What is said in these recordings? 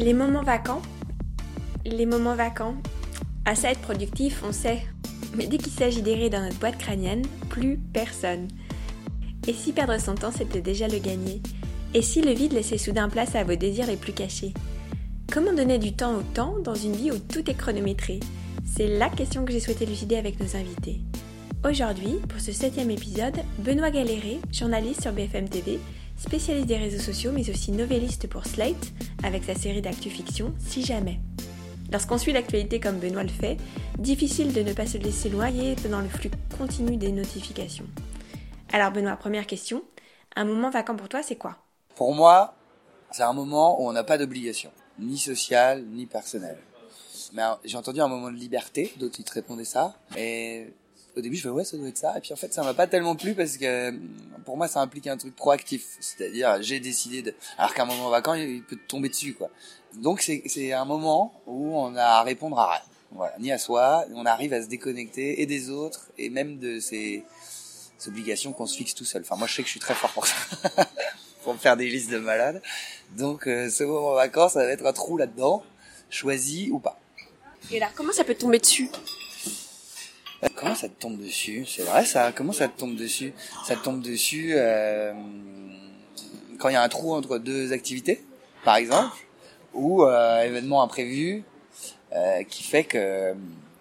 Les moments vacants. Les moments vacants. À ça être productif, on sait. Mais dès qu'il s'agit d'errer dans notre boîte crânienne, plus personne. Et si perdre son temps, c'était déjà le gagner? Et si le vide laissait soudain place à vos désirs les plus cachés? Comment donner du temps au temps dans une vie où tout est chronométré? C'est la question que j'ai souhaité élucider avec nos invités. Aujourd'hui, pour ce 7e épisode, Benoît Galéré, journaliste sur BFM TV, spécialiste des réseaux sociaux mais aussi novelliste pour Slate, avec sa série d'actu-fiction Si Jamais. Lorsqu'on suit l'actualité comme Benoît le fait, difficile de ne pas se laisser noyer dans le flux continu des notifications. Alors Benoît, première question, un moment vacant pour toi c'est quoi? Pour moi, c'est un moment où on n'a pas d'obligation, ni sociale, ni personnelle. Mais j'ai entendu un moment de liberté, d'autres ils te répondaient ça, et au début je fais ouais ça doit être ça, et puis en fait ça m'a pas tellement plu parce que pour moi ça implique un truc proactif, c'est-à-dire j'ai décidé de... Alors qu'un moment vacant il peut te tomber dessus quoi. Donc c'est un moment où on a à répondre à rien, voilà, ni à soi, on arrive à se déconnecter et des autres, et même de ces obligations qu'on se fixe tout seul. Enfin moi je sais que je suis très fort pour ça. Pour me faire des listes de malades. Donc ce moment vacances, ça va être un trou là-dedans, choisi ou pas. Et là, comment ça peut te tomber dessus? Comment ça te tombe dessus? C'est vrai ça, comment ça te tombe dessus? Ça te tombe dessus quand il y a un trou entre deux activités, par exemple, ou événement imprévu qui fait que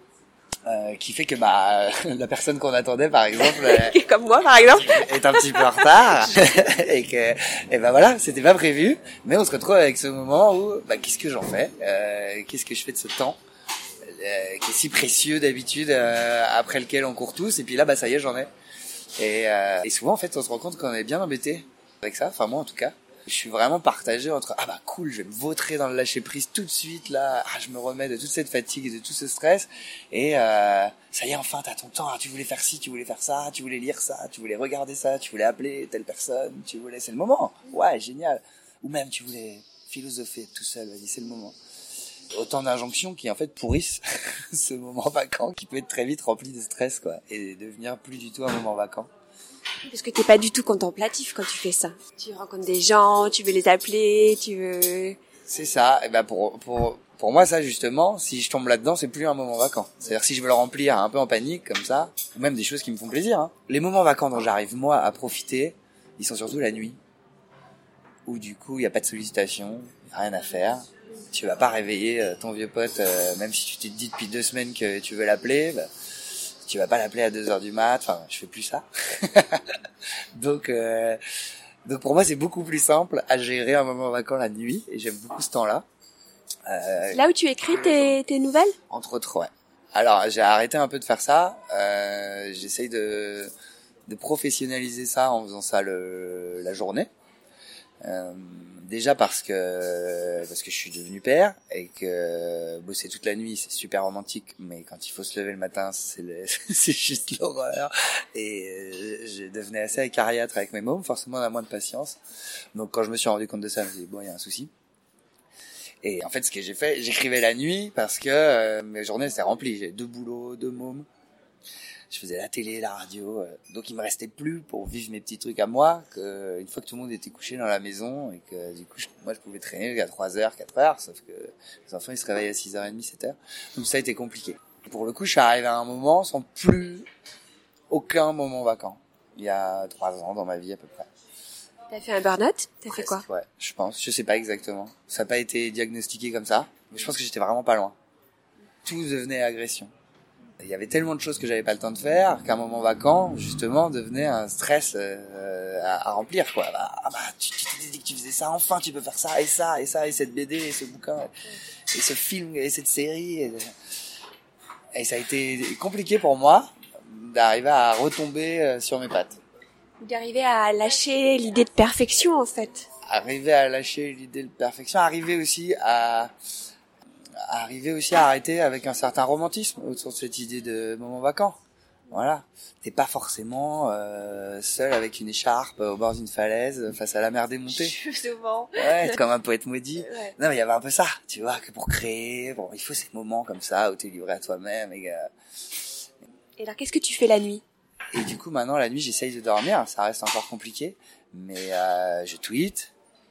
la personne qu'on attendait par exemple comme moi par exemple est un petit peu en retard et voilà, c'était pas prévu, mais on se retrouve avec ce moment où qu'est-ce que j'en fais, qu'est-ce que je fais de ce temps qui est si précieux d'habitude, après lequel on court tous, et puis là ça y est j'en ai, et souvent en fait on se rend compte qu'on est bien embêté avec ça, enfin moi en tout cas. Je suis vraiment partagé entre cool, je vais me vautrer dans le lâcher prise tout de suite là, je me remets de toute cette fatigue et de tout ce stress, et ça y est enfin t'as ton temps, tu voulais faire ci, tu voulais faire ça, tu voulais lire ça, tu voulais regarder ça, tu voulais appeler telle personne, c'est le moment, ouais génial, ou même tu voulais philosopher tout seul, vas-y c'est le moment. Autant d'injonctions qui en fait pourrissent ce moment vacant qui peut être très vite rempli de stress quoi, et devenir plus du tout un moment vacant. Parce que t'es pas du tout contemplatif quand tu fais ça. Tu rencontres des gens, tu veux les appeler, tu veux... C'est ça. Et pour moi, ça, justement, si je tombe là-dedans, c'est plus un moment vacant. C'est-à-dire, si je veux le remplir un peu en panique, comme ça, ou même des choses qui me font plaisir, hein. Les moments vacants dont j'arrive, moi, à profiter, ils sont surtout la nuit. Où, du coup, il y a pas de sollicitation, rien à faire. Tu vas pas réveiller ton vieux pote, même si tu t'es dit depuis 2 semaines que tu veux l'appeler, tu vas pas l'appeler à 2h du mat, enfin, je fais plus ça. Donc pour moi, c'est beaucoup plus simple à gérer un moment vacant la nuit, et j'aime beaucoup ce temps-là. Là où tu écris tes nouvelles? Entre autres, ouais. Alors, j'ai arrêté un peu de faire ça, j'essaye de professionnaliser ça en faisant ça la journée. Déjà parce que je suis devenu père, et que bosser toute la nuit c'est super romantique, mais quand il faut se lever le matin c'est juste l'horreur, et je devenais assez acariâtre avec mes mômes, forcément on a moins de patience. Donc quand je me suis rendu compte de ça, je me suis dit bon, il y a un souci. Et en fait ce que j'ai fait, j'écrivais la nuit parce que mes journées étaient remplies, j'avais 2 boulots, 2 mômes. Je faisais la télé, la radio, donc il me restait plus pour vivre mes petits trucs à moi, que une fois que tout le monde était couché dans la maison, et que du coup moi je pouvais traîner jusqu'à 3h, 4h, sauf que les enfants ils se réveillaient à 6h30, 7h. Donc ça a été compliqué. Pour le coup, je suis arrivé à un moment sans plus aucun moment vacant. Il y a 3 ans dans ma vie à peu près. T'as fait un burn-out? T'as fait quoi? Ouais, je pense, je sais pas exactement. Ça n'a pas été diagnostiqué comme ça, mais je pense que j'étais vraiment pas loin. Tout devenait agression. Il y avait tellement de choses que j'avais pas le temps de faire qu'un moment vacant, justement, devenait un stress à remplir, quoi. Tu t'es dit que tu faisais ça, enfin tu peux faire ça, et cette BD, et ce bouquin, et ce film, et cette série. Et ça a été compliqué pour moi d'arriver à retomber sur mes pattes. D'arriver à lâcher l'idée de perfection, en fait. Arriver à lâcher l'idée de perfection, arriver aussi à arrêter avec un certain romantisme autour de cette idée de moment vacant. Voilà. T'es pas forcément seul avec une écharpe au bord d'une falaise face à la mer démontée. Souvent. Ouais, comme un poète maudit. Ouais. Non, mais il y avait un peu ça, tu vois, que pour créer, il faut ces moments comme ça où t'es livré à toi-même. Et alors, qu'est-ce que tu fais la nuit? Et du coup, maintenant, la nuit, j'essaye de dormir. Ça reste encore compliqué, mais je tweete,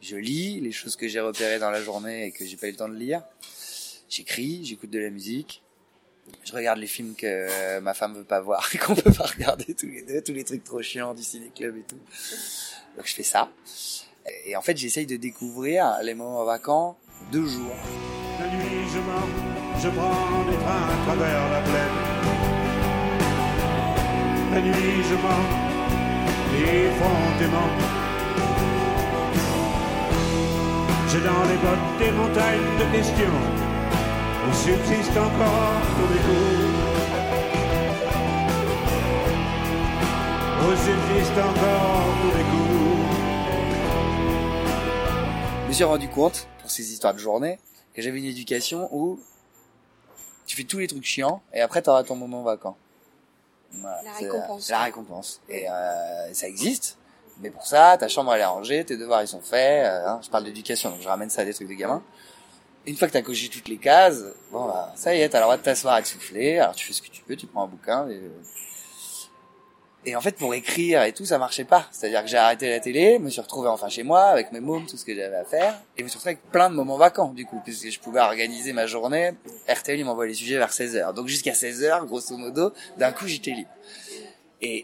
Je lis les choses que j'ai repérées dans la journée et que j'ai pas eu le temps de lire. J'écris, j'écoute de la musique. Je regarde les films que ma femme veut pas voir et qu'on peut pas regarder tous les deux, tous les trucs trop chiants du ciné-club et tout. Donc je fais ça. Et en fait, j'essaye de découvrir les moments vacants 2 jours. La nuit, je prends des trains à travers la plaine. La nuit, je mens effrontément. J'ai dans les bottes des montagnes de questions où subsiste encore tous les coups. Où subsiste encore tous les coups. Je me suis rendu compte, pour ces histoires de journée, que j'avais une éducation où tu fais tous les trucs chiants et après t'auras ton moment vacant. Voilà, La récompense. C'est la récompense. Et ça existe, mais pour ça, ta chambre elle est rangée, tes devoirs ils sont faits. Je parle d'éducation, donc je ramène ça à des trucs de gamins. Une fois que t'as coché toutes les cases, bon bah ça y est, t'as le droit de t'asseoir et de souffler. Alors tu fais ce que tu peux, tu prends un bouquin. Et en fait, pour écrire et tout, ça marchait pas. C'est-à-dire que j'ai arrêté la télé, me suis retrouvé enfin chez moi, avec mes mômes, tout ce que j'avais à faire, et me suis retrouvé avec plein de moments vacants, du coup, puisque je pouvais organiser ma journée. RTL, il m'envoie les sujets vers 16h. Donc jusqu'à 16h, grosso modo, d'un coup, j'étais libre. Et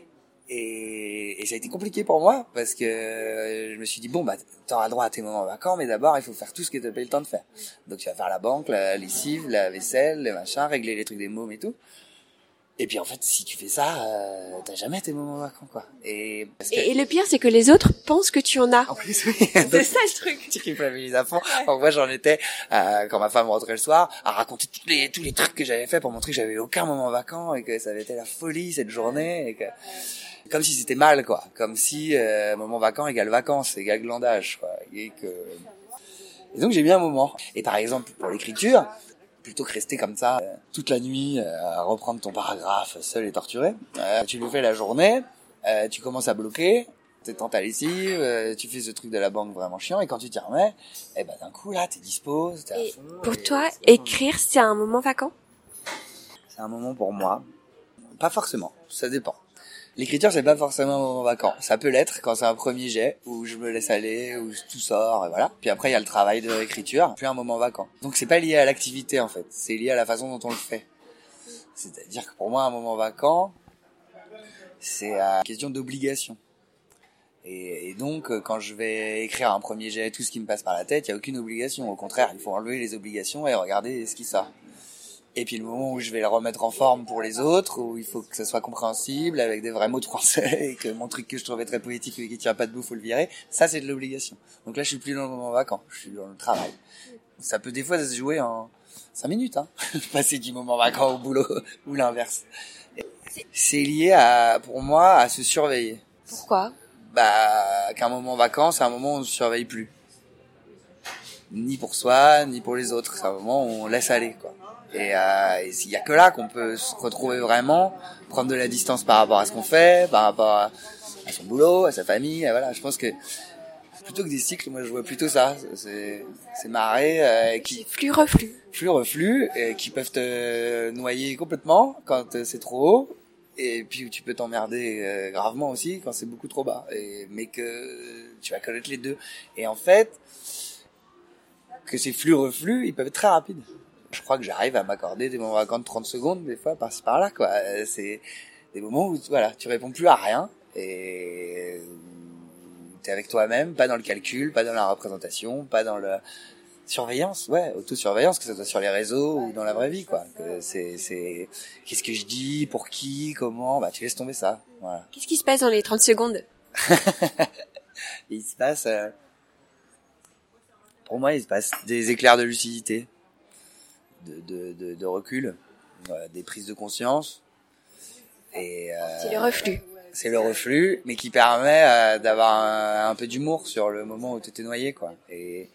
ça a été compliqué pour moi, parce que je me suis dit, bon, bah, t'auras droit à tes moments vacants, mais d'abord, il faut faire tout ce que t'as pas eu le temps de faire. Donc tu vas faire la banque, la lessive, la vaisselle, les machins, régler les trucs des mômes et tout. Et puis en fait, si tu fais ça, t'as jamais tes moments vacants, quoi. Et le pire, c'est que les autres pensent que tu en as. En plus, oui. C'est ça le truc. Tu culpabilises à fond. Donc moi, j'en étais, quand ma femme rentrait le soir, à raconter tous les trucs que j'avais fait pour montrer que j'avais aucun moment vacant et que ça avait été la folie cette journée et que, comme si c'était mal, quoi. Comme si, moment vacant égale vacances, égale glandage, quoi. Et donc j'ai mis un moment. Et par exemple, pour l'écriture, plutôt que rester comme ça toute la nuit à reprendre ton paragraphe seul et torturé, tu le fais la journée, tu commences à bloquer, t'étends ta lessive, tu fais ce truc de la banque vraiment chiant et quand tu t'y remets, et ben d'un coup là t'es dispo, t'es à fond. Pour toi, écrire c'est un moment vacant? C'est un moment pour moi, pas forcément, ça dépend. L'écriture, c'est pas forcément un moment vacant. Ça peut l'être quand c'est un premier jet, où je me laisse aller, où tout sort, et voilà. Puis après, il y a le travail de l'écriture, puis un moment vacant. Donc c'est pas lié à l'activité, en fait. C'est lié à la façon dont on le fait. C'est-à-dire que pour moi, un moment vacant, c'est une question d'obligation. Et donc, quand je vais écrire un premier jet, tout ce qui me passe par la tête, il y a aucune obligation. Au contraire, il faut enlever les obligations et regarder ce qui sort. Et puis le moment où je vais le remettre en forme pour les autres, où il faut que ça soit compréhensible, avec des vrais mots de français, et que mon truc que je trouvais très poétique mais qui tient pas debout, faut le virer, ça c'est de l'obligation. Donc là je suis plus dans le moment vacant, je suis dans le travail. Ça peut des fois se jouer en 5 minutes, hein, passer du moment vacant au boulot, ou l'inverse. C'est lié pour moi, à se surveiller. Pourquoi? Qu'un moment vacant, c'est un moment où on se surveille plus. Ni pour soi, ni pour les autres. C'est un moment où on laisse aller, quoi. Et il y a que là qu'on peut se retrouver vraiment, prendre de la distance par rapport à ce qu'on fait, par rapport à son boulot, à sa famille, et voilà. Je pense que plutôt que des cycles, moi je vois plutôt ça, c'est marées qui flux-reflux qui peuvent te noyer complètement quand c'est trop haut, et puis où tu peux t'emmerder gravement aussi quand c'est beaucoup trop bas, mais que tu vas connaître les deux. Et en fait, que ces flux-reflux, ils peuvent être très rapides. Je crois que j'arrive à m'accorder des moments vacants de 30 secondes, des fois, par-ci par-là, quoi. C'est des moments où, voilà, tu réponds plus à rien, et t'es avec toi-même, pas dans le calcul, pas dans la représentation, pas dans la surveillance, autosurveillance, que ce soit sur les réseaux ou dans la vraie vie, quoi. C'est, qu'est-ce que je dis, pour qui, comment, tu laisses tomber ça, voilà. Qu'est-ce qui se passe dans les 30 secondes? Il se passe, pour moi, il se passe des éclairs de lucidité. De recul, des prises de conscience, et c'est le reflux. C'est le reflux, mais qui permet d'avoir un peu d'humour sur le moment où tu étais noyé, quoi, et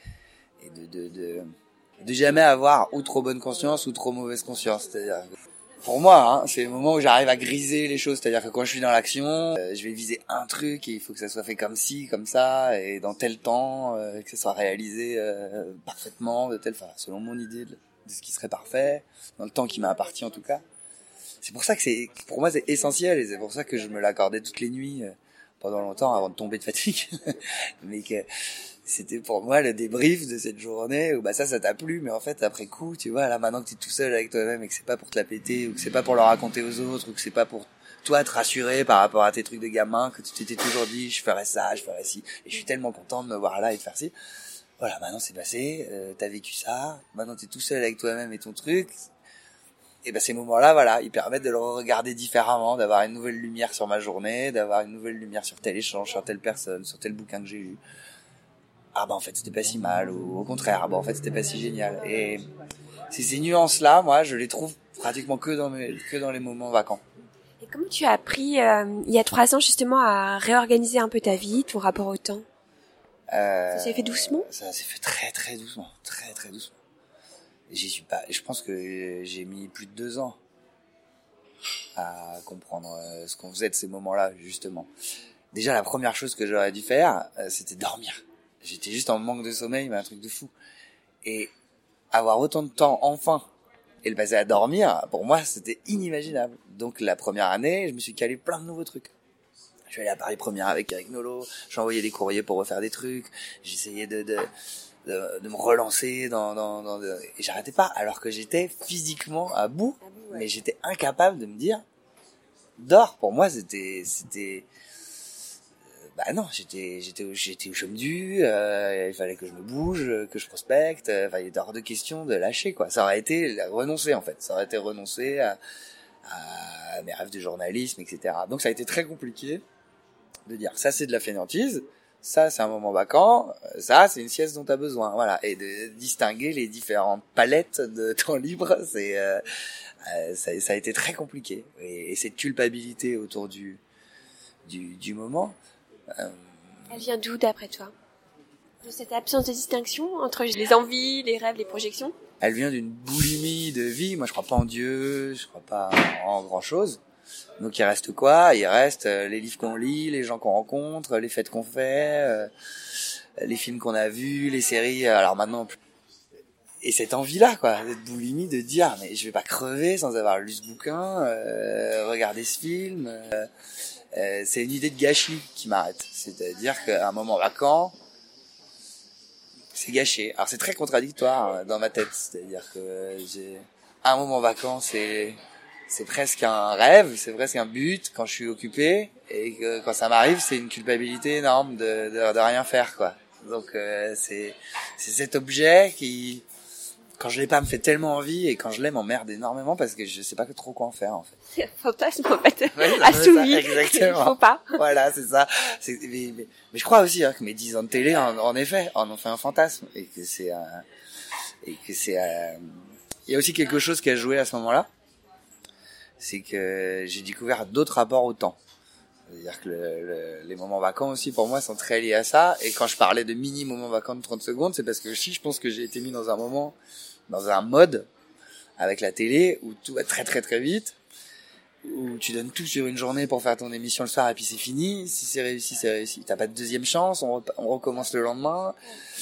de jamais avoir ou trop bonne conscience ou trop mauvaise conscience. C'est-à-dire, pour moi, c'est le moment où j'arrive à griser les choses. C'est-à-dire que quand je suis dans l'action, je vais viser un truc et il faut que ça soit fait comme ci, comme ça, et dans tel temps, que ça soit réalisé parfaitement, selon mon idée de ce qui serait parfait, dans le temps qui m'appartient en tout cas. C'est pour ça que pour moi c'est essentiel, et c'est pour ça que je me l'accordais toutes les nuits pendant longtemps avant de tomber de fatigue. Mais c'était pour moi le débrief de cette journée où ça t'a plu, mais en fait après coup, tu vois, là maintenant que t'es tout seul avec toi-même et que c'est pas pour te la péter ou que c'est pas pour le raconter aux autres ou que c'est pas pour toi te rassurer par rapport à tes trucs de gamin, que tu t'étais toujours dit je ferais ça, je ferais ci, et je suis tellement content de me voir là et de faire ci. Voilà, maintenant c'est passé, t'as vécu ça, maintenant t'es tout seul avec toi-même et ton truc. Et ces moments-là, voilà, ils permettent de le regarder différemment, d'avoir une nouvelle lumière sur ma journée, d'avoir une nouvelle lumière sur tel échange, sur telle personne, sur tel bouquin que j'ai lu. En fait c'était pas si mal, ou au contraire, en fait c'était pas si génial. Et ces nuances-là, moi, je les trouve pratiquement que dans les moments vacants. Et comment tu as appris, il y a 3 ans justement, à réorganiser un peu ta vie, ton rapport au temps? Ça s'est fait doucement? Ça s'est fait très très doucement, très très doucement. J'y suis pas, je pense que j'ai mis plus de 2 ans à comprendre ce qu'on faisait de ces moments-là, justement. Déjà, la première chose que j'aurais dû faire, c'était dormir. J'étais juste en manque de sommeil, mais un truc de fou. Et avoir autant de temps, enfin, et le passer à dormir, pour moi, c'était inimaginable. Donc, la première année, je me suis calé plein de nouveaux trucs. Je suis allé à Paris Première avec Eric Nolot, j'ai envoyé des courriers pour refaire des trucs, j'essayais de me relancer et j'arrêtais pas, alors que j'étais physiquement à bout, mais j'étais incapable de me dire dors. Pour moi c'était non, j'étais au chaume du, il fallait que je me bouge, que je prospecte, il était hors de question de lâcher, quoi. Ça aurait été renoncer, en fait, ça aurait été renoncer à mes rêves de journalisme, etc. Donc ça a été très compliqué de dire ça c'est de la fainéantise, ça c'est un moment vacant, ça c'est une sieste dont t'as besoin, voilà, et de distinguer les différentes palettes de temps libre, ça a été très compliqué, et cette culpabilité autour du moment. Elle vient d'où d'après toi? De cette absence de distinction entre les envies, les rêves, les projections? Elle vient d'une boulimie de vie. Moi je crois pas en Dieu, je crois pas en grand chose. Donc il reste quoi? Il reste les livres qu'on lit, les gens qu'on rencontre, les fêtes qu'on fait, les films qu'on a vus, les séries. Alors maintenant, et cette envie-là, quoi, cette boulimie de dire mais je vais pas crever sans avoir lu ce bouquin, regarder ce film. C'est une idée de gâchis qui m'arrête. C'est-à-dire qu'à un moment vacant, c'est gâché. Alors c'est très contradictoire dans ma tête. C'est-à-dire que j'ai un moment vacant, c'est presque un rêve, c'est presque un but quand je suis occupé, et que quand ça m'arrive, c'est une culpabilité énorme de rien faire, quoi. Donc c'est cet objet qui, quand je l'ai pas, me fait tellement envie, et quand je l'ai, m'emmerde énormément parce que je sais pas trop quoi en faire, en fait. C'est un fantasme, en fait, ouais, assouvi. Exactement. Il faut pas. Voilà, c'est ça. Mais je crois aussi que mes 10 ans de télé, en effet, en ont fait un fantasme, et que il y a aussi quelque chose qui a joué à ce moment-là, c'est que j'ai découvert d'autres rapports au temps. C'est-à-dire que les moments vacants aussi, pour moi, sont très liés à ça. Et quand je parlais de mini moments vacants de 30 secondes, c'est parce que aussi, je pense que j'ai été mis dans un mode, avec la télé, où tout va très très très vite, où tu donnes tout sur une journée pour faire ton émission le soir, et puis c'est fini. Si c'est réussi, c'est réussi. T'as pas de deuxième chance, on recommence le lendemain.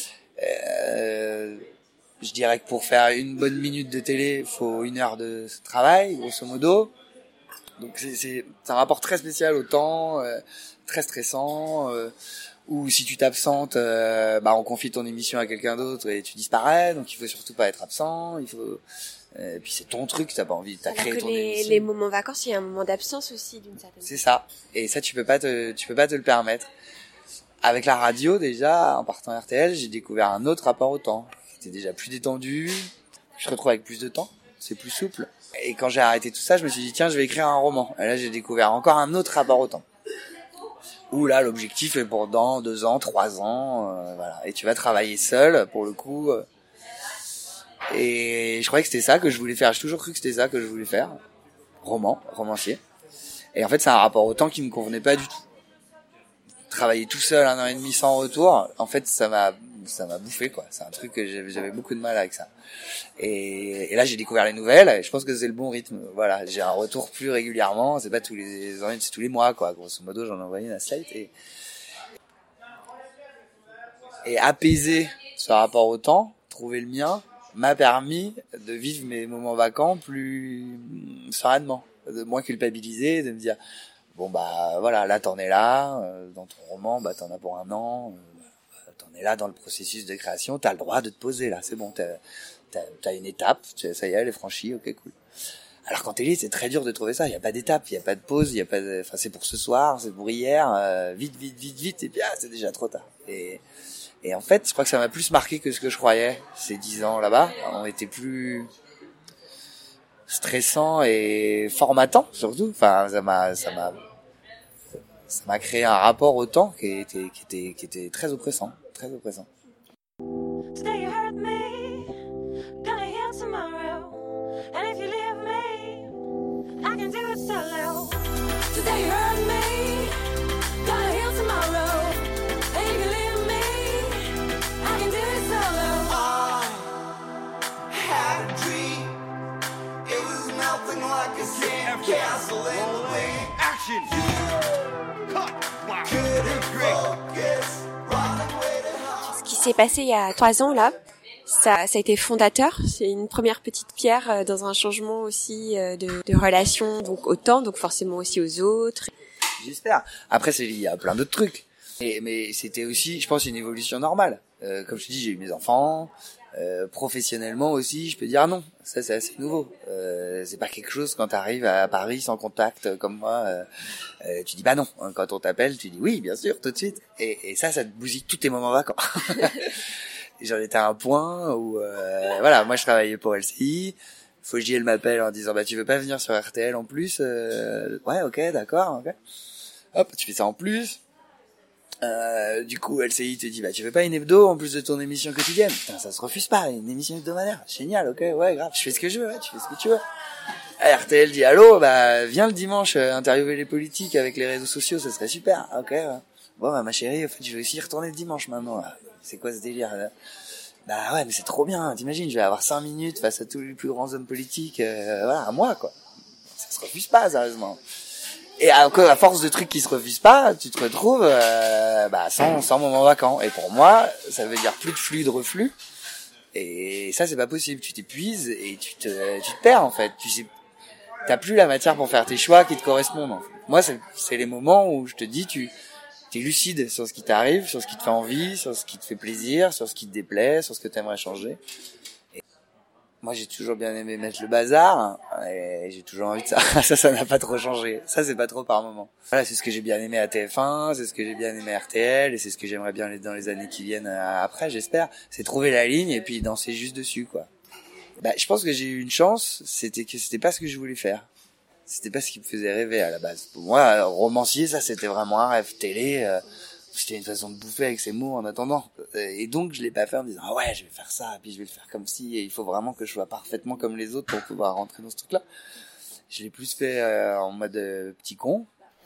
Je dirais que pour faire une bonne minute de télé, il faut 1 heure de travail, grosso modo. Donc c'est un rapport très spécial au temps, très stressant, où si tu t'absentes, on confie ton émission à quelqu'un d'autre et tu disparais, donc il faut surtout pas être absent, et puis c'est ton truc, t'as pas envie, t'as créé ton émission. Les moments vacances, il y a un moment d'absence aussi, d'une certaine façon. C'est ça. Et ça, tu peux pas te le permettre. Avec la radio, déjà, en partant RTL, j'ai découvert un autre rapport au temps. J'étais déjà plus détendu, je te retrouve avec plus de temps, c'est plus souple. Et quand j'ai arrêté tout ça, je me suis dit, tiens, je vais écrire un roman. Et là, j'ai découvert encore un autre rapport au temps. Où là, l'objectif est pour dans 2 ans, 3 ans, voilà. Et tu vas travailler seul, pour le coup. Et je croyais que c'était ça que je voulais faire. J'ai toujours cru que c'était ça que je voulais faire. Romancier. Et en fait, c'est un rapport au temps qui me convenait pas du tout. Travailler tout seul 1 an et demi sans retour, en fait, ça m'a bouffé, quoi. C'est un truc que j'avais beaucoup de mal avec ça. Et là, j'ai découvert les nouvelles, et je pense que c'est le bon rythme. Voilà, j'ai un retour plus régulièrement, c'est pas tous les ans, c'est tous les mois, quoi. Grosso modo, j'en envoie une à Slate, et apaiser ce rapport au temps, trouver le mien, m'a permis de vivre mes moments vacants plus sereinement, de moins culpabiliser, de me dire bon voilà, là t'en es là, dans ton roman, t'en as pour 1 an, t'en es là dans le processus de création, t'as le droit de te poser là, c'est bon, t'as une étape, ça y est, elle est franchie, ok, cool. Alors qu'en télé, c'est très dur de trouver ça, il y a pas d'étape, il y a pas de pause, il y a pas de, enfin c'est pour ce soir, c'est pour hier, vite, et puis c'est déjà trop tard. Et en fait, je crois que ça m'a plus marqué que ce que je croyais. Ces 10 ans là-bas ont été plus stressants et formatants surtout. Enfin, ça m'a créé un rapport au temps qui était très oppressant, très oppressant. Today you hurt me, gonna heal tomorrow. And if you leave me, I can do it solo. Today you hurt me, gonna heal tomorrow. And if you leave me, I can do it solo. I had a dream. It was melting like a sand castle in the wind. Action! Cut! Wow! Couldn't focus, running way to hell. Ce qui s'est passé il y a 3 ans là, ça a été fondateur. C'est une première petite pierre dans un changement aussi de relation, donc au temps, donc forcément aussi aux autres. J'espère. Après, il y a plein d'autres trucs. Mais c'était aussi, je pense, une évolution normale. Comme je te dis, j'ai eu mes enfants. Professionnellement aussi, je peux dire non. Ça, c'est assez nouveau. C'est pas quelque chose quand t'arrives à Paris sans contact comme moi. Tu dis bah non. Quand on t'appelle, tu dis oui, bien sûr, tout de suite. Et ça te bousille tous tes moments vacants. J'en étais à un point où, voilà, moi je travaillais pour LCI. Fogiel m'appelle en disant bah tu veux pas venir sur RTL en plus? Ouais, ok, d'accord, ok. Hop, tu fais ça en plus. Du coup, LCI te dit bah tu veux pas une hebdo en plus de ton émission quotidienne? Putain, ça se refuse pas, une émission hebdomadaire. Génial, ok, ouais, grave, je fais ce que je veux, ouais, tu fais ce que tu veux. RTL dit allô, bah viens le dimanche interviewer les politiques avec les réseaux sociaux, ça serait super. Ok, ouais. Bon bah ma chérie, en fait, je vais aussi y retourner le dimanche maintenant là. C'est quoi ce délire là? Bah ouais, mais c'est trop bien, t'imagines, je vais avoir 5 minutes face à tous les plus grands hommes politiques, voilà, à moi quoi. Ça se refuse pas, sérieusement. Et à force de trucs qui se refusent pas, tu te retrouves sans moment vacant. Et pour moi, ça veut dire plus de flux, de reflux. Et ça, c'est pas possible. Tu t'épuises et tu te perds en fait. Tu sais, t'as plus la matière pour faire tes choix qui te correspondent. En fait. Moi, c'est les moments où je te dis, t'es lucide sur ce qui t'arrive, sur ce qui te fait envie, sur ce qui te fait plaisir, sur ce qui te déplaît, sur ce que t'aimerais changer. Et moi, j'ai toujours bien aimé mettre le bazar, et j'ai toujours envie de ça. Ça n'a pas trop changé. Ça, c'est pas trop par moment. Voilà, c'est ce que j'ai bien aimé à TF1, c'est ce que j'ai bien aimé à RTL, et c'est ce que j'aimerais bien dans les années qui viennent après, j'espère. C'est trouver la ligne et puis danser juste dessus, quoi. Bah, je pense que j'ai eu une chance, c'était pas ce que je voulais faire. C'était pas ce qui me faisait rêver à la base. Pour moi, romancier, ça c'était vraiment un rêve. Télé, c'était une façon de bouffer avec ses mots en attendant. Et donc je l'ai pas fait en me disant ah ouais, je vais faire ça, puis je vais le faire comme ci, et il faut vraiment que je sois parfaitement comme les autres pour pouvoir rentrer dans ce truc-là. Je l'ai plus fait en mode petit con.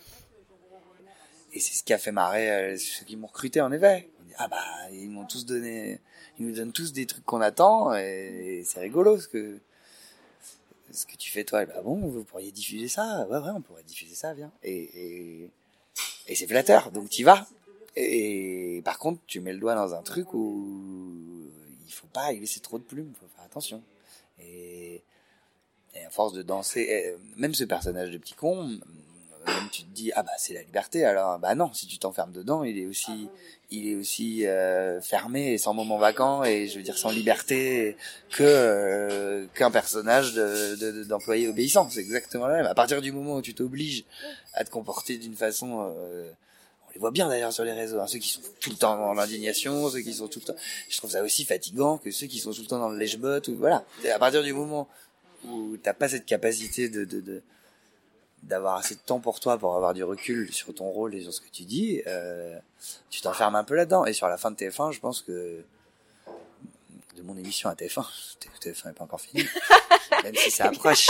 Et c'est ce qui a fait marrer ceux qui m'ont recruté en effet. On dit, ah bah ils m'ont tous donné, ils nous donnent tous des trucs qu'on attend, et c'est rigolo ce que tu fais toi. Bah bon, vous pourriez diffuser ça. Ouais, on pourrait diffuser ça, viens. Et c'est flatteur, donc t'y vas. Et par contre, tu mets le doigt dans un truc où il faut pas y laisser trop de plumes, faut faire attention. Et à force de danser, même ce personnage de petit con, même tu te dis ah bah c'est la liberté, alors bah non, si tu t'enfermes dedans, il est aussi fermé et sans moment vacant, et je veux dire sans liberté qu'un personnage d'employé obéissant. C'est exactement la même. À partir du moment où tu t'obliges à te comporter d'une façon, on les voit bien d'ailleurs sur les réseaux, hein, ceux qui sont tout le temps dans l'indignation, ceux qui sont tout le temps, je trouve ça aussi fatigant que ceux qui sont tout le temps dans le lèche-botte, ou voilà. Et à partir du moment où t'as pas cette capacité d'avoir assez de temps pour toi, pour avoir du recul sur ton rôle et sur ce que tu dis, tu t'enfermes un peu là-dedans. Et sur la fin de TF1, je pense que de mon émission à TF1 n'est pas encore fini, même si ça approche.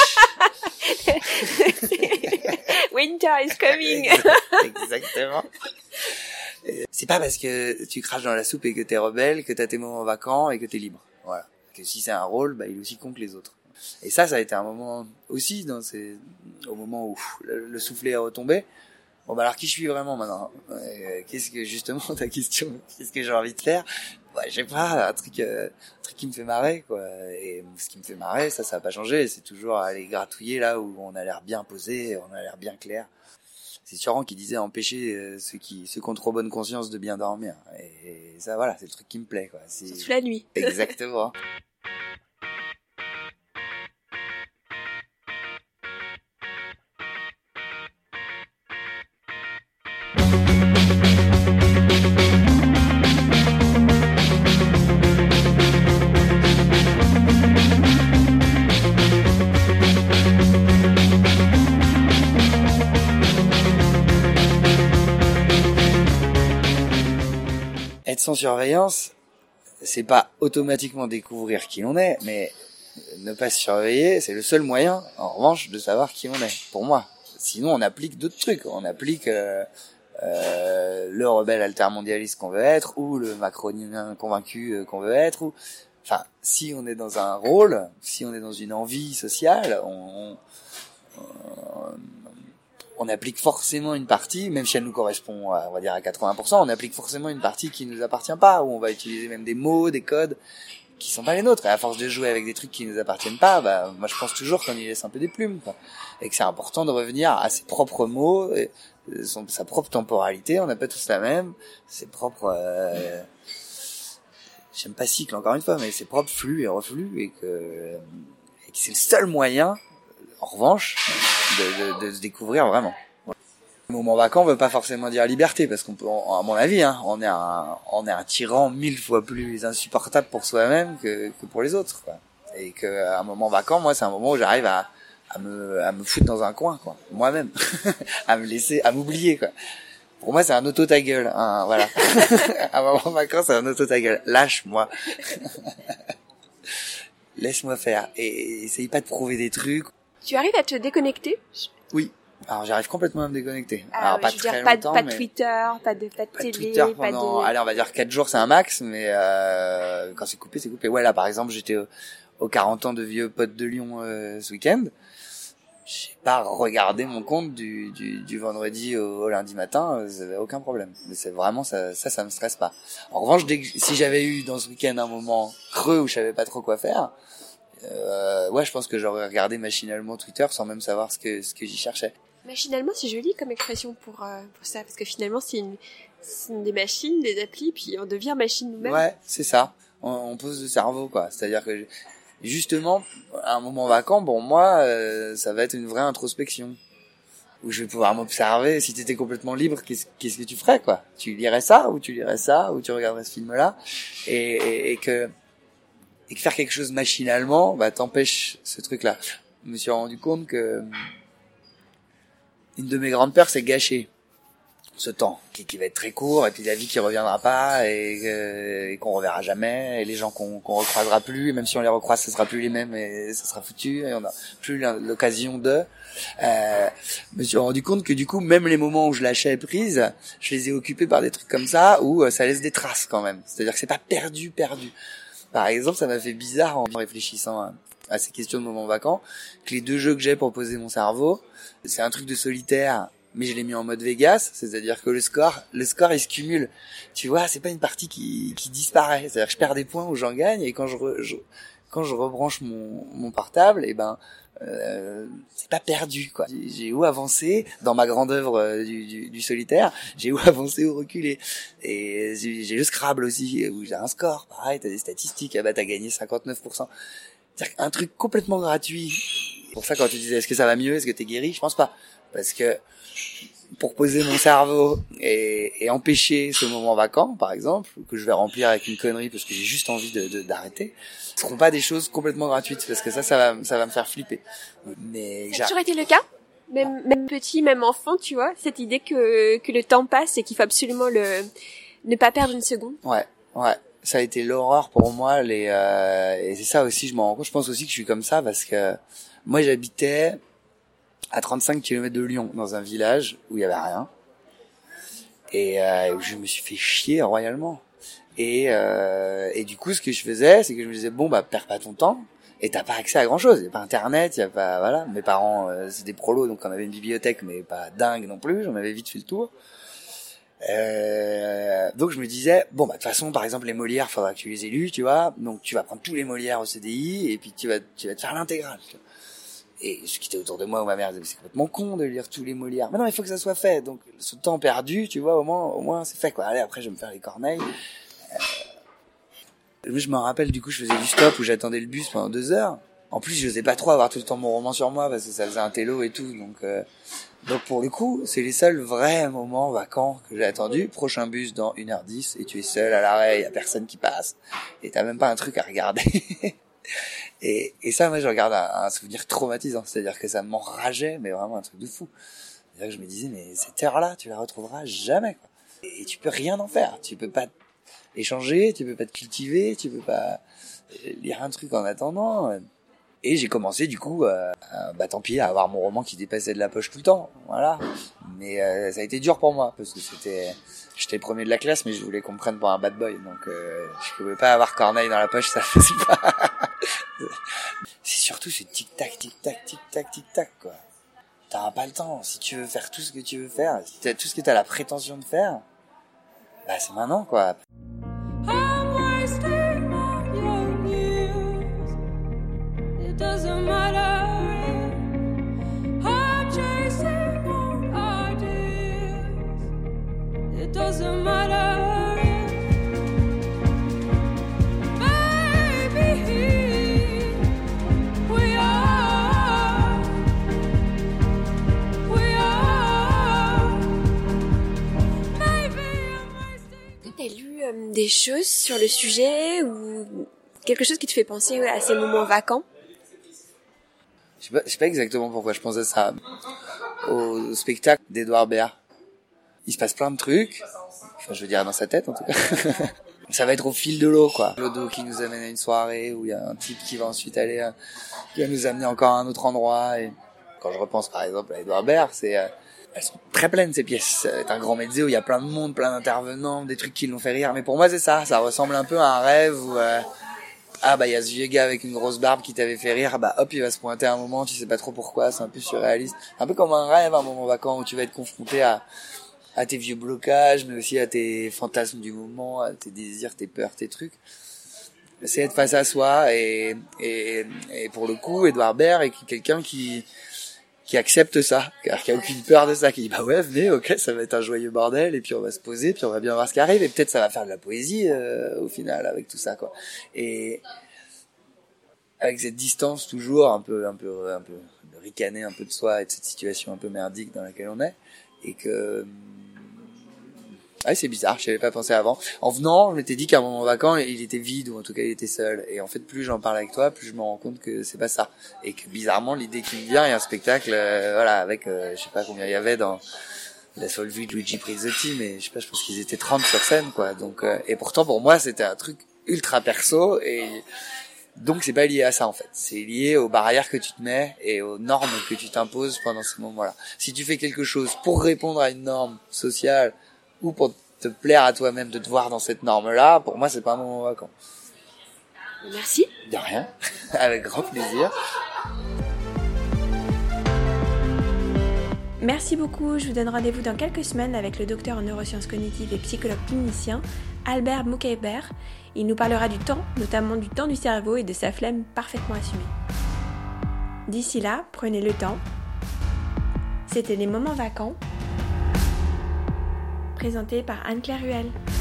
Winter is coming. Exactement. C'est pas parce que tu craches dans la soupe et que t'es rebelle que t'as tes moments vacants et que t'es libre. Voilà. Que si c'est un rôle, bah il est aussi con que les autres. Et ça a été un moment aussi, au moment où le soufflet est retombé. Bon, bah alors qui je suis vraiment maintenant? Qu'est-ce que, justement, ta question, qu'est-ce que j'ai envie de faire? Ouais, je sais pas, un truc qui me fait marrer, quoi. Et ce qui me fait marrer, ça a pas changé. C'est toujours aller gratouiller là où on a l'air bien posé, on a l'air bien clair. c'est Turan qui disait empêcher ceux qui ont trop bonne conscience de bien dormir. Et ça, voilà, c'est le truc qui me plaît, quoi. Surtout la nuit. Exactement. Être sans surveillance, c'est pas automatiquement découvrir qui on est, mais ne pas se surveiller, c'est le seul moyen, en revanche, de savoir qui on est, pour moi. Sinon, on applique d'autres trucs. On applique le rebelle altermondialiste qu'on veut être, ou le macronien convaincu qu'on veut être, ou... Enfin, si on est dans un rôle, si on est dans une envie sociale, on applique forcément une partie, même si elle nous correspond, on va dire à 80%, on applique forcément une partie qui nous appartient pas, où on va utiliser même des mots, des codes qui sont pas les nôtres. Et à force de jouer avec des trucs qui nous appartiennent pas, moi je pense toujours qu'on y laisse un peu des plumes, quoi. Et que c'est important de revenir à ses propres mots, sa propre temporalité. On n'a pas tous la même, ses propres, j'aime pas cycle encore une fois, mais ses propres flux et reflux, et que c'est le seul moyen, en revanche, de se découvrir vraiment. Le moment vacant veut pas forcément dire liberté, parce qu'on peut, à mon avis, on est un tyran 1000 fois plus insupportable pour soi-même que pour les autres, quoi. Et que un moment vacant, moi, c'est un moment où j'arrive à me foutre dans un coin, quoi, moi-même, à m'oublier, quoi. Pour moi, c'est un auto ta gueule, voilà. Un moment vacant, c'est un auto ta gueule. Lâche-moi. Laisse-moi faire. Et essaye pas de prouver des trucs. Tu arrives à te déconnecter? Oui. Alors j'arrive complètement à me déconnecter. Alors pas je veux très dire, longtemps, pas de mais... Twitter, pas de télé, Twitter pas pendant, de... allez, on va dire 4 jours, c'est un max, mais quand c'est coupé, c'est coupé. Ouais, là par exemple, j'étais aux 40 ans de Vieux Potes de Lyon ce week-end. J'ai pas regardé mon compte du vendredi au lundi matin, ça avait aucun problème. Mais c'est vraiment ça me stresse pas. En revanche, si j'avais eu dans ce week-end un moment creux où je savais pas trop quoi faire, ouais, je pense que j'aurais regardé machinalement Twitter sans même savoir ce que j'y cherchais. Machinalement, c'est joli comme expression pour ça, parce que finalement, c'est des machines, des applis, puis on devient machine nous-mêmes. Ouais, c'est ça. On pose le cerveau, quoi. C'est-à-dire que justement, un moment vacant, pour moi, ça va être une vraie introspection où je vais pouvoir m'observer. Si t'étais complètement libre, qu'est-ce que tu ferais, quoi? Tu lirais ça, ou tu regarderais ce film-là, et que faire quelque chose machinalement, t'empêche ce truc-là. Je me suis rendu compte que une de mes grandes peurs, c'est gâcher ce temps qui va être très court, et puis la vie qui reviendra pas, et qu'on reverra jamais, et les gens qu'on recroisera plus, et même si on les recroise, ce sera plus les mêmes, et ça sera foutu, et on n'a plus l'occasion de... je me suis rendu compte que du coup, même les moments où je lâchais prise, je les ai occupés par des trucs comme ça, où ça laisse des traces quand même. C'est-à-dire que c'est pas perdu. Par exemple, ça m'a fait bizarre en réfléchissant à ces questions de moments vacants, que les 2 jeux que j'ai pour poser mon cerveau, c'est un truc de solitaire, mais je l'ai mis en mode Vegas, c'est-à-dire que le score il se cumule. Tu vois, c'est pas une partie qui disparaît. C'est-à-dire que je perds des points où j'en gagne, et quand je rebranche mon portable, c'est pas perdu, quoi. J'ai ou avancé dans ma grande œuvre du solitaire, j'ai ou avancé ou reculé. Et j'ai le Scrabble aussi, où j'ai un score, pareil, t'as des statistiques, t'as gagné 59%. C'est-à-dire un truc complètement gratuit. Pour ça, quand tu disais est-ce que ça va mieux, est-ce que t'es guéri, je pense pas. Parce que pour poser mon cerveau et empêcher ce moment vacant, par exemple, que je vais remplir avec une connerie parce que j'ai juste envie d'arrêter, ce seront pas des choses complètement gratuites, parce que ça va me faire flipper. Mais ça a toujours été le cas, même petit, même enfant, tu vois, cette idée que le temps passe et qu'il faut absolument ne pas perdre une seconde. Ouais, ça a été l'horreur pour moi, et c'est ça aussi, je m'en rends compte. Je pense aussi que je suis comme ça parce que moi j'habitais à 35 km de Lyon, dans un village où il y avait rien, et où je me suis fait chier royalement. Et du coup, ce que je faisais, c'est que je me disais perds pas ton temps, et t'as pas accès à grand chose. Il y a pas internet, il y a pas, voilà. Mes parents, c'est des prolos, donc on avait une bibliothèque, mais pas dingue non plus. J'en avais vite fait le tour. Donc je me disais, de toute façon, par exemple, les Molières, faudra que tu les aies lus, tu vois. Donc tu vas prendre tous les Molières au CDI, et puis tu vas te faire l'intégrale. Et ceux qui étaient autour de moi, ou ma mère disait, c'est complètement con de lire tous les Molières. Mais non, il faut que ça soit fait. Donc, ce temps perdu, tu vois, au moins, c'est fait, quoi. Allez, après, je vais me faire les Corneilles. Je me rappelle, du coup, je faisais du stop où j'attendais le bus pendant 2 heures. En plus, je n'osais pas trop avoir tout le temps mon roman sur moi parce que ça faisait un télo et tout. Donc pour le coup, c'est les seuls vrais moments vacants que j'ai attendus. Prochain bus dans 1h10 et tu es seul à l'arrêt, il y a personne qui passe et t'as même pas un truc à regarder. et ça, moi, je regarde un souvenir traumatisant. C'est-à-dire que ça m'enrageait, mais vraiment un truc de fou. C'est-à-dire que je me disais, mais cette heure-là, tu la retrouveras jamais, quoi. Et tu peux rien en faire. Tu peux pas échanger, tu peux pas te cultiver, tu peux pas lire un truc en attendant. Et j'ai commencé du coup, tant pis, à avoir mon roman qui dépassait de la poche tout le temps, voilà. Mais ça a été dur pour moi parce que j'étais le premier de la classe, mais je voulais qu'on me prenne pour un bad boy, donc je pouvais pas avoir Corneille dans la poche, ça faisait pas. C'est surtout ce tic tac, quoi. T'auras pas le temps. Si tu veux faire tout ce que tu veux faire, si t'as tout ce que t'as la prétention de faire, bah c'est maintenant, quoi. It doesn't matter. I'm chasing more ideas. It doesn't matter. Baby, we are. Maybe I'm wasting. T'as lu des choses sur le sujet ou quelque chose qui te fait penser à ces moments vacants? Je sais pas exactement pourquoi je pensais ça. Au spectacle d'Edouard Baird. Il se passe plein de trucs. Enfin, je veux dire, dans sa tête, en tout cas. Ça va être au fil de l'eau, quoi. L'eau qui nous amène à une soirée où il y a un type qui va ensuite aller, qui va nous amener encore à un autre endroit. Et quand je repense, par exemple, à Edouard Baird, elles sont très pleines, ces pièces. C'est un grand mezzo où il y a plein de monde, plein d'intervenants, des trucs qui l'ont fait rire. Mais pour moi, c'est ça. Ça ressemble un peu à un rêve où, il y a ce vieux gars avec une grosse barbe qui t'avait fait rire, hop, il va se pointer un moment, tu sais pas trop pourquoi, c'est un peu surréaliste. Un peu comme un rêve, un moment vacant où tu vas être confronté à tes vieux blocages, mais aussi à tes fantasmes du moment, à tes désirs, tes peurs, tes trucs. C'est être face à soi et pour le coup, Edouard Baird est quelqu'un qui accepte ça, qui a aucune peur de ça, qui dit bah ouais, venez, ok, ça va être un joyeux bordel et puis on va se poser, puis on va bien voir ce qui arrive et peut-être ça va faire de la poésie au final avec tout ça, quoi. Et avec cette distance toujours un peu de ricaner un peu de soi et de cette situation un peu merdique dans laquelle on est, et que c'est bizarre, je n'avais pas pensé avant. En venant, je m'étais dit qu'à un moment vacant, il était vide, ou en tout cas il était seul. Et en fait, plus j'en parle avec toi, plus je me rends compte que c'est pas ça. Et que bizarrement, l'idée qui me vient, il y a un spectacle, avec, je sais pas combien il y avait dans la seule vue de Luigi Prizzotti, mais je sais pas, je pense qu'ils étaient 30 sur scène, quoi. Donc, et pourtant pour moi, c'était un truc ultra perso, et donc c'est pas lié à ça, en fait. C'est lié aux barrières que tu te mets et aux normes que tu t'imposes pendant ce moment-là. Si tu fais quelque chose pour répondre à une norme sociale, ou pour te plaire à toi-même de te voir dans cette norme-là, pour moi, c'est pas un moment vacant. Merci. De rien. Avec grand plaisir. Merci beaucoup, je vous donne rendez-vous dans quelques semaines avec le docteur en neurosciences cognitives et psychologue clinicien Albert Moukébert. Il nous parlera du temps, notamment du temps du cerveau et de sa flemme parfaitement assumée. D'ici là, prenez le temps. C'était Les Moments Vacants, présenté par Anne-Claire Ruel.